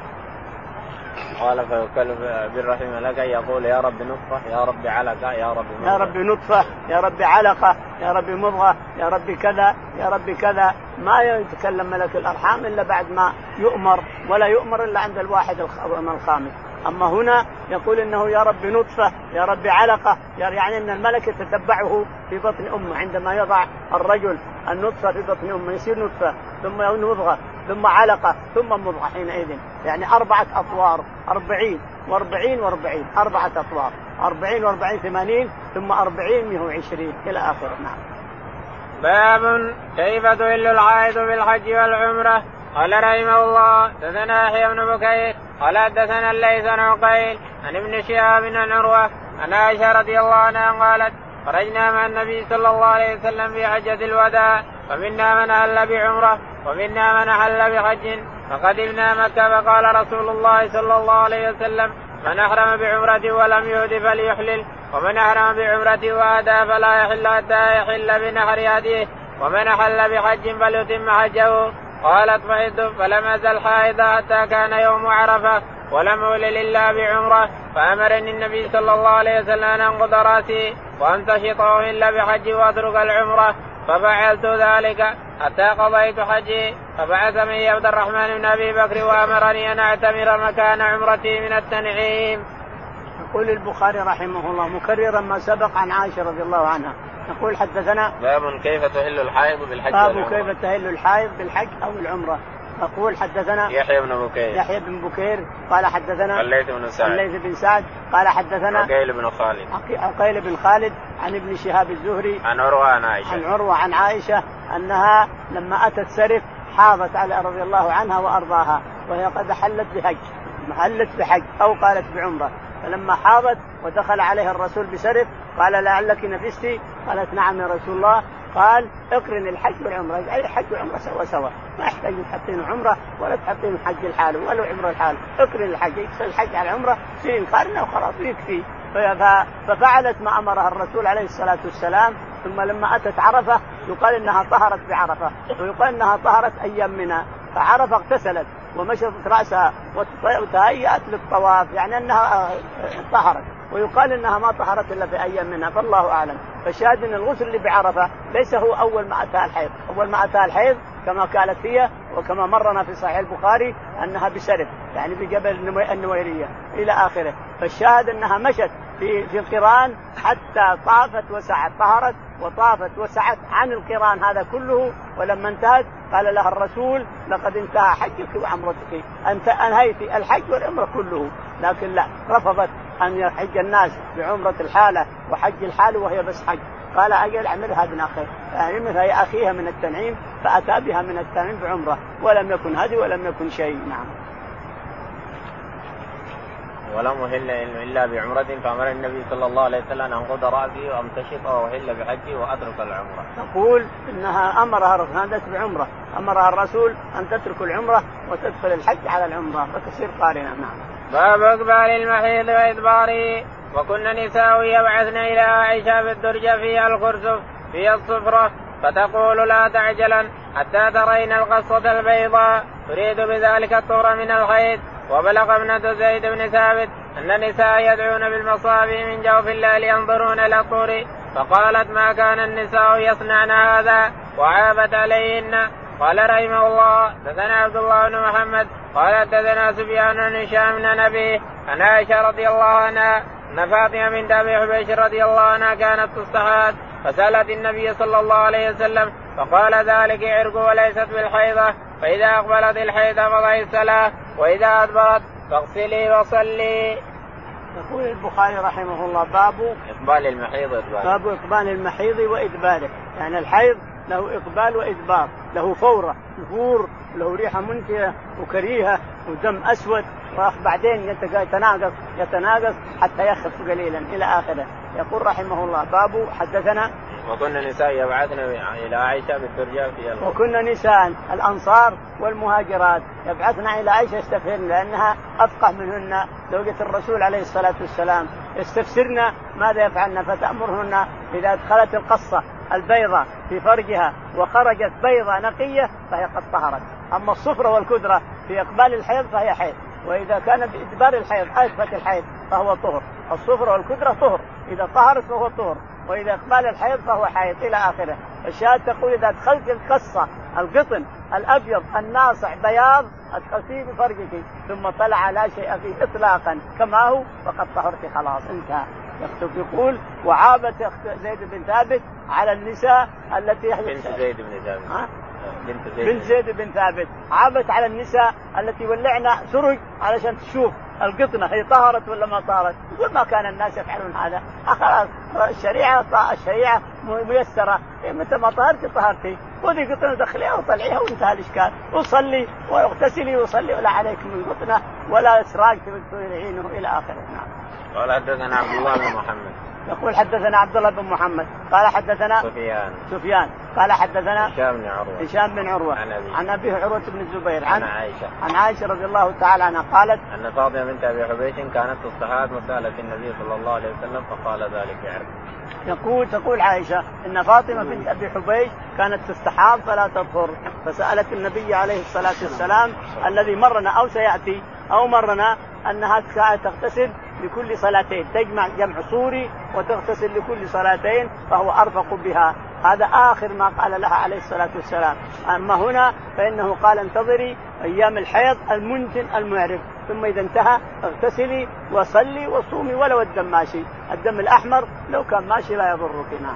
قال فيوكل بالرحم لك يقول يا رب نطفة يا رب علقة يا رب مضغة. يا رب نطفة يا رب علقة يا رب مضغة يا رب كذا يا رب كذا. ما يتكلم ملك الأرحام إلا بعد ما يؤمر، ولا يؤمر إلا عند الواحد الخامس. أما هنا يقول إنه يا رب نطفة يا رب علقة، يعني أن الملك يتتبعه في بطن أمه عندما يضع الرجل النطفة في بطن أمه يصير نطفة ثم مضغة ثم علقة ثم مضغة حينئذ، يعني أربعة أطوار أربعين وأربعين وأربعين أربعة أطوار أربعين وأربعين ثمانين ثم أربعين مئة وعشرين إلى آخره. نعم. باب كيف تهل العائد بالحج والعمرة. قال رحمه الله حدثنا يحيى بن بكير قال حدثنا الليث بن عقيل عن ابن شهاب عن عروة عن عائشة رضي الله عنها قالت خرجنا مع النبي صلى الله عليه وسلم في حجة الوداع فمنا من أهل بعمرة ومنا من أهل بحج فقدمنا مكة فقال رسول الله صلى الله عليه وسلم من أحرم بعمرة ولم يهد فليحلل ومن أحرم بعمرة وأهدى فلا يحل حتى يحل بنحر هديه ومن أحل بحج فليتم حجه. قالت فحدت فلم أزل حائضا حتى كان يوم عرفة ولم أهلل إلا بعمرة فأمرني النبي صلى الله عليه وسلم أن أنقض رأسي وأمتشطه إلا بحج وأترك العمرة ففعلت ذلك حتى قضيت حجي فبعثني عبد الرحمن بن أبي بكر وأمرني أن أعتمر مكان عمرتي من التنعيم. يقول البخاري رحمه الله مكررا ما سبق عن عائشة رضي الله عنها يقول حدثنا باب كيف تهل الحائض بالحج باب كيف تهل الحائض بالحج أو العمرة. يقول حدثنا يحيى بن بكير يحيى بن بكير قال حدثنا الليث بن سعد الليث بن سعد قال حدثنا عقيل بن خالد عقيل بن خالد عن ابن شهاب الزهري عن عروة عن عائشة عن عروة عن عائشة أنها لما أتت سرف حاضت على رضي الله عنها وأرضاها وهي قد حلت بحج حلت بحج أو قالت بعمرة، فلما حاضت ودخل عليها الرسول بسرف قال لعلك نفستي؟ قالت نعم يا رسول الله. قال اقرن الحج والعمرة، أي الحج والعمرة سوا سوا ما يحتاج تحطين عمرة ولا تحطين حج الحال ولا عمرة الحال، اقرن الحج يكسر الحج على العمرة سين قارنة وخلاص يكفي. ففعلت ما أمرها الرسول عليه الصلاة والسلام. ثم لما أتت عرفة يقال إنها طهرت بعرفة ويقال إنها طهرت أيام منها، فعرفة اغتسلت ومشطت رأسها وتهيأت للطواف يعني أنها طهرت، ويقال إنها ما طهرت إلا في أيام منها فالله أعلم. فشاهد أن الغسل اللي بعرفة ليس هو أول ما أتاها الحيض، أول ما أتاها الحيض كما قالت هي وكما مرنا في صحيح البخاري أنها بسرف يعني بجبل النويرية إلى آخره. فالشاهد أنها مشت في في القران حتى طافت وسعت، طهرت وطافت وسعت عن القران هذا كله. ولما انتهت قال لها الرسول لقد انتهى حجك وعمرتك، أنت أنهيت الحج والعمرة كله. لكن لا، رفضت أن يحج الناس بعمرة الحالة وحج الحال وهي بس حج. قال أجل اعملها ابن أخيه، اعملها يا أخيها من التنعيم، فأتى بها من التنعيم بعمرة ولم يكن هدي ولم يكن شيء. نعم. ولم أهل إلا بعمرة فأمر النبي صلى الله عليه وسلم أن أنقض رأسي وأمتشط وأهل بحجي وأترك العمرة. تقول إنها أمرها الرسول بعمرة، أمرها الرسول أن تترك العمرة وتدخل الحج على العمرة وتصير قارنة. نعم. باب إقبال المحيض وإدباره. وكنا نساء يبعثن إلى عائشة بالدرجة فيها الخرسف فيها الصفرة فتقول لا تعجلا حتى ترين القصة البيضاء تريد بذلك الطهر من الحيض. وبلغ ابنة زيد بن ثابت أن النساء يدعون بالمصابيح من جوف الليل ينظرون إلى الطهر، فقالت ما كان النساء يصنعن هذا وعابت عليهن. قال رحمه الله حدثنا عبد الله بن محمد قال حدثنا سفيان بن هشام بن أبيه عن عائشة رضي الله عنها أن فاطمة بنت أبي حبيش رضي الله عنها كانت تستحاض فسألت النبي صلى الله عليه وسلم فقال ذلك عرق وليست بالحيضة، فإذا أقبلت الحيضة فضعي الصلاة وإذا أدبرت فاغسلي وصلي. يقول البخاري رحمه الله باب إقبال المحيض وإدباره. باب إقبال المحيض وإدباره، يعني الحيض له إقبال وإدبار، له فورة نفور، له ريحة منتنة وكريهة ودم أسود، وبعدين يتناقص يتناقص حتى يخف قليلا إلى آخره. يقول رحمه الله باب حدثنا وكنا نساء يبعثن إلى عائشة بالترجاء في الله. وكنا نساء الأنصار والمهاجرات يبعثن إلى عائشة يستفسرن لأنها أفقه منهن زوجة الرسول عليه الصلاة والسلام، يستفسرن ماذا يفعلن فتأمرهن إذا دخلت القصة البيضة في فرجها وخرجت بيضة نقية فهي قد طهرت. أما الصفرة والكدرة في إقبال الحيض فهي حيض، وإذا كان بإدبار الحيض أثبت الحيض فهو طهر. الصفرة والكدرة طهر، إذا طهرت فهو طهر، وإذا إقبال الحيض فهو حيض إلى آخره. الشاهد تقول إذا دخلت القصة القطن الأبيض الناصع بياض أدخلتيه بفرجك ثم طلع لا شيء فيه إطلاقا كما هو فقد طهرت خلاص انتهى. يقول وعابت زيد بن ثابت على النساء التي بنت زيد بن ثابت بنت زيد, بنت زيد بن ثابت عابت على النساء التي ولعنا سرج علشان تشوف القطنة هي طهرت ولا ما طهرت. يقول ما كان الناس يفعلون هذا، خلاص الشريعة الشريعة ميسرة، متى ما طهرتي طهرتي خذي قطنة دخليها وطلعيها وانتهى الإشكال، وصلي واغتسلي وصلي ولا عليك من قطنة ولا إسراق تبعينه إلى آخره. نعم. قال حدثنا عبد الله بن محمد. يقول حدثنا عبد الله بن محمد قال حدثنا سفيان سفيان قال حدثنا هشام بن عروة هشام بن عروة عن أبيه عن أبيه عروة بن الزبير عن عائشة عن عائشة رضي الله تعالى عنها قالت أن فاطمة بنت أبي حبيش كانت تصطحاب مسألة النبي صلى الله عليه وسلم فقال ذلك عرف. يقول تقول عائشة إن فاطمة بنت أبي حبيش كانت تستحاض فلا تطهر، فسألت النبي عليه الصلاة والسلام الذي مرنا أو سيأتي أو مرنا أنها تغتسل لكل صلاتين، تجمع جمع صوري وتغتسل لكل صلاتين فهو أرفق بها. هذا آخر ما قال لها عليه الصلاة والسلام. أما هنا فإنه قال انتظري أيام الحيض المنتن المعرف، ثم إذا انتهى اغتسلي وصلي وصومي ولو الدم ماشي، الدم الأحمر لو كان ماشي لا يضرك. نعم.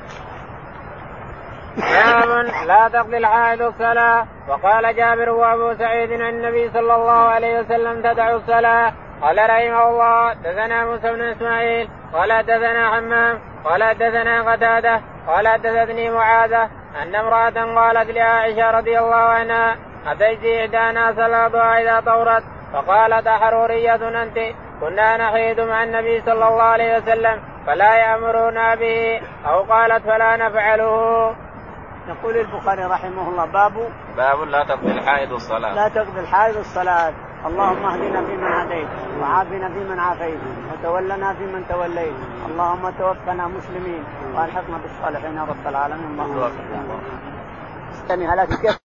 باب لا تقضي الحائض الصلاة. وقال جابر وأبو سعيد عن النبي صلى الله عليه وسلم تدع الصلاة. قال رحمه الله حدثنا موسى بن إسماعيل قال حدثنا حمام قال حدثنا قتادة قال حدثتني معاذة أن امرأة قالت لعائشة رضي الله عنها أتيت إحدانا صلاتها إذا طهرت فقالت أحرورية أنت؟ كنا نحيد مع النبي صلى الله عليه وسلم فلا يأمرنا به، أو قالت فلا نفعله. يقول البخاري رحمه الله باب باب لا تقضي الحائض الصلاة. لا تقضي الحائض الصلاة. اللهم اهدنا فيمن هديت وعافنا فيمن عافيت وتولنا فيمن توليت، اللهم توفنا مسلمين والحقنا بالصالحين رب العالمين. اللهم استمع لك كيف